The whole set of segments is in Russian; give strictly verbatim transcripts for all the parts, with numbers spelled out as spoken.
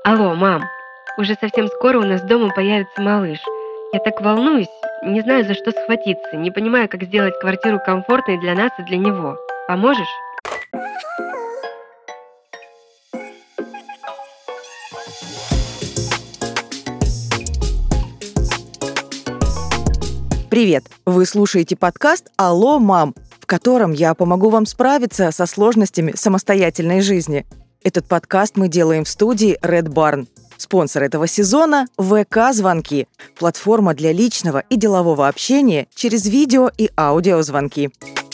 Алло, мам, уже совсем скоро у нас дома появится малыш. Я так волнуюсь, не знаю, за что схватиться, не понимаю, как сделать квартиру комфортной для нас и для него. Поможешь? Привет! Вы слушаете подкаст «Алло, мам», в котором я помогу вам справиться со сложностями самостоятельной жизни. Этот подкаст мы делаем в студии Red Barn. Спонсор этого сезона – ВК-звонки – платформа для личного и делового общения через видео и аудиозвонки.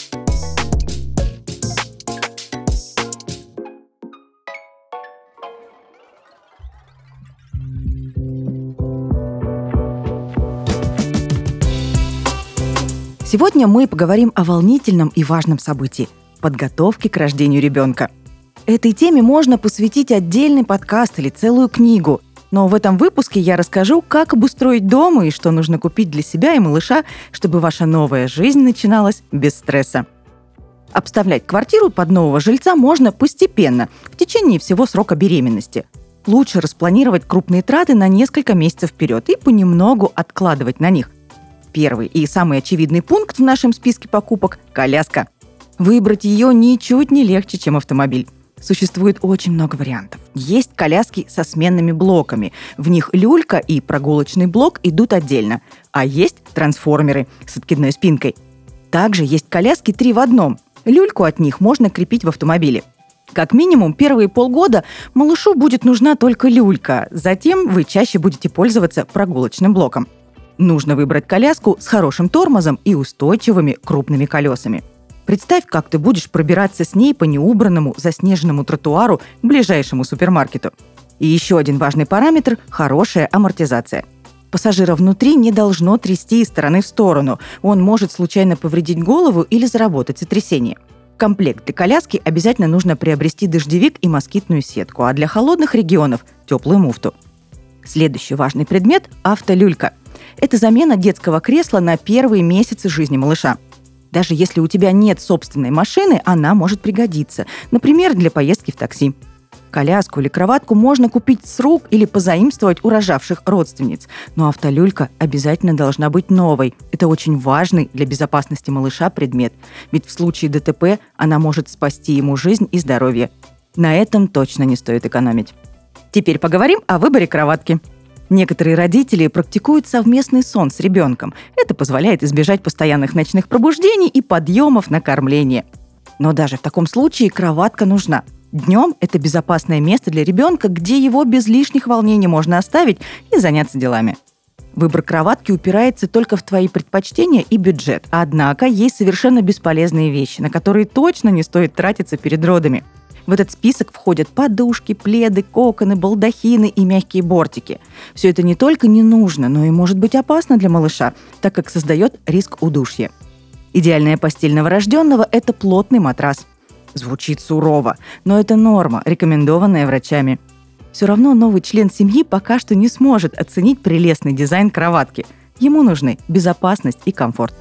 Сегодня мы поговорим о волнительном и важном событии – подготовке к рождению ребенка. Этой теме можно посвятить отдельный подкаст или целую книгу, но в этом выпуске я расскажу, как обустроить дом и что нужно купить для себя и малыша, чтобы ваша новая жизнь начиналась без стресса. Обставлять квартиру под нового жильца можно постепенно, в течение всего срока беременности. Лучше распланировать крупные траты на несколько месяцев вперед и понемногу откладывать на них. Первый и самый очевидный пункт в нашем списке покупок – коляска. Выбрать ее ничуть не легче, чем автомобиль. Существует очень много вариантов. Есть коляски со сменными блоками. В них люлька и прогулочный блок идут отдельно. А есть трансформеры с откидной спинкой. Также есть коляски три в одном. Люльку от них можно крепить в автомобиле. Как минимум, первые полгода малышу будет нужна только люлька. Затем вы чаще будете пользоваться прогулочным блоком. Нужно выбрать коляску с хорошим тормозом и устойчивыми крупными колесами. Представь, как ты будешь пробираться с ней по неубранному заснеженному тротуару к ближайшему супермаркету. И еще один важный параметр – хорошая амортизация. Пассажира внутри не должно трясти из стороны в сторону. Он может случайно повредить голову или заработать сотрясение. В комплект для коляски обязательно нужно приобрести дождевик и москитную сетку, а для холодных регионов – теплую муфту. Следующий важный предмет – автолюлька. Это замена детского кресла на первые месяцы жизни малыша. Даже если у тебя нет собственной машины, она может пригодиться, например, для поездки в такси. Коляску или кроватку можно купить с рук или позаимствовать у рожавших родственниц, но автолюлька обязательно должна быть новой. Это очень важный для безопасности малыша предмет, ведь в случае ДТП она может спасти ему жизнь и здоровье. На этом точно не стоит экономить. Теперь поговорим о выборе кроватки. Некоторые родители практикуют совместный сон с ребенком. Это позволяет избежать постоянных ночных пробуждений и подъемов на кормление. Но даже в таком случае кроватка нужна. Днем это безопасное место для ребенка, где его без лишних волнений можно оставить и заняться делами. Выбор кроватки упирается только в твои предпочтения и бюджет. Однако есть совершенно бесполезные вещи, на которые точно не стоит тратиться перед родами. В этот список входят подушки, пледы, коконы, балдахины и мягкие бортики. Все это не только не нужно, но и может быть опасно для малыша, так как создает риск удушья. Идеальная постель новорожденного – это плотный матрас. Звучит сурово, но это норма, рекомендованная врачами. Все равно новый член семьи пока что не сможет оценить прелестный дизайн кроватки. Ему нужны безопасность и комфорт.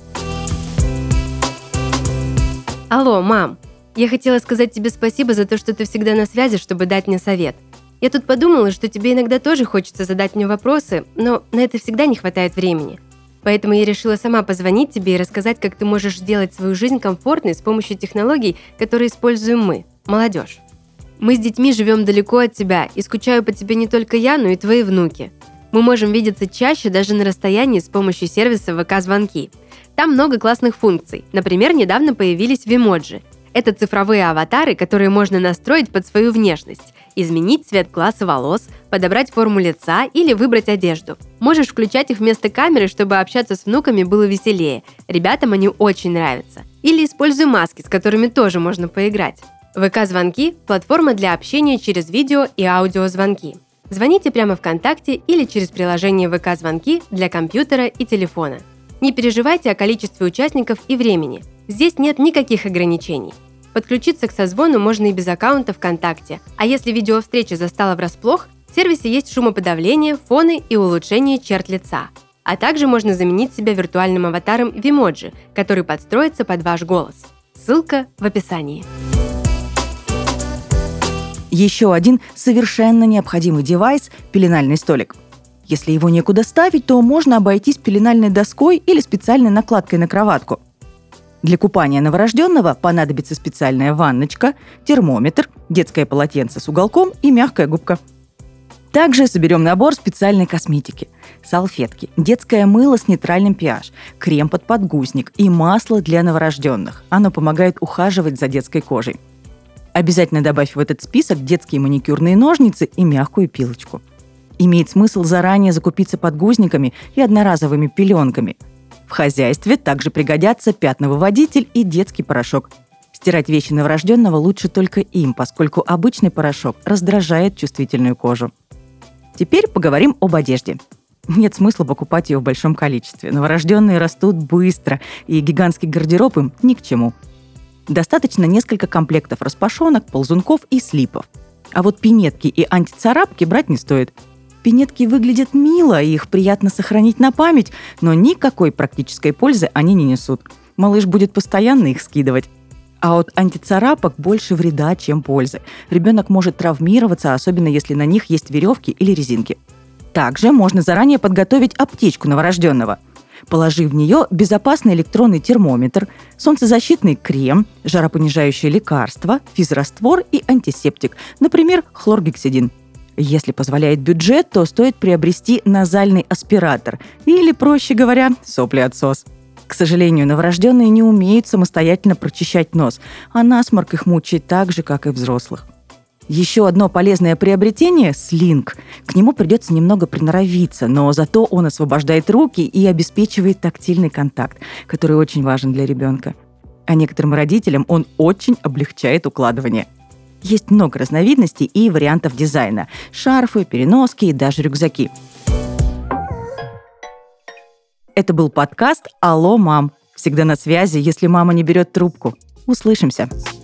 Алло, мам. Я хотела сказать тебе спасибо за то, что ты всегда на связи, чтобы дать мне совет. Я тут подумала, что тебе иногда тоже хочется задать мне вопросы, но на это всегда не хватает времени. Поэтому я решила сама позвонить тебе и рассказать, как ты можешь сделать свою жизнь комфортной с помощью технологий, которые используем мы, молодежь. Мы с детьми живем далеко от тебя, и скучаю по тебе не только я, но и твои внуки. Мы можем видеться чаще даже на расстоянии с помощью сервиса ВК-звонки. Там много классных функций. Например, недавно появились вимоджи. Это цифровые аватары, которые можно настроить под свою внешность, изменить цвет глаз и волос, подобрать форму лица или выбрать одежду. Можешь включать их вместо камеры, чтобы общаться с внуками было веселее. Ребятам они очень нравятся. Или используй маски, с которыми тоже можно поиграть. ВК-звонки – платформа для общения через видео и аудиозвонки. Звоните прямо ВКонтакте или через приложение ВК-звонки для компьютера и телефона. Не переживайте о количестве участников и времени. Здесь нет никаких ограничений. Подключиться к созвону можно и без аккаунта ВКонтакте, а если видеовстреча застала врасплох, в сервисе есть шумоподавление, фоны и улучшение черт лица. А также можно заменить себя виртуальным аватаром Вимоджи, который подстроится под ваш голос. Ссылка в описании. Еще один совершенно необходимый девайс – пеленальный столик. Если его некуда ставить, то можно обойтись пеленальной доской или специальной накладкой на кроватку. Для купания новорожденного понадобится специальная ванночка, термометр, детское полотенце с уголком и мягкая губка. Также соберем набор специальной косметики. Салфетки, детское мыло с нейтральным pH, крем под подгузник и масло для новорожденных. Оно помогает ухаживать за детской кожей. Обязательно добавь в этот список детские маникюрные ножницы и мягкую пилочку. Имеет смысл заранее закупиться подгузниками и одноразовыми пеленками. В хозяйстве также пригодятся пятновыводитель и детский порошок. Стирать вещи новорожденного лучше только им, поскольку обычный порошок раздражает чувствительную кожу. Теперь поговорим об одежде. Нет смысла покупать ее в большом количестве. Новорожденные растут быстро, и гигантский гардероб им ни к чему. Достаточно несколько комплектов распашонок, ползунков и слипов. А вот пинетки и антицарапки брать не стоит. Пинетки выглядят мило, и их приятно сохранить на память, но никакой практической пользы они не несут. Малыш будет постоянно их скидывать. А от антицарапок больше вреда, чем пользы. Ребенок может травмироваться, особенно если на них есть веревки или резинки. Также можно заранее подготовить аптечку новорожденного. Положи в нее безопасный электронный термометр, солнцезащитный крем, жаропонижающее лекарство, физраствор и антисептик, например, хлоргексидин. Если позволяет бюджет, то стоит приобрести назальный аспиратор или, проще говоря, сопли-отсос. К сожалению, новорожденные не умеют самостоятельно прочищать нос, а насморк их мучает так же, как и взрослых. Еще одно полезное приобретение – слинг. К нему придется немного приноровиться, но зато он освобождает руки и обеспечивает тактильный контакт, который очень важен для ребенка. А некоторым родителям он очень облегчает укладывание. Есть много разновидностей и вариантов дизайна – шарфы, переноски и даже рюкзаки. Это был подкаст «Алло, мам». Всегда на связи, если мама не берет трубку. Услышимся.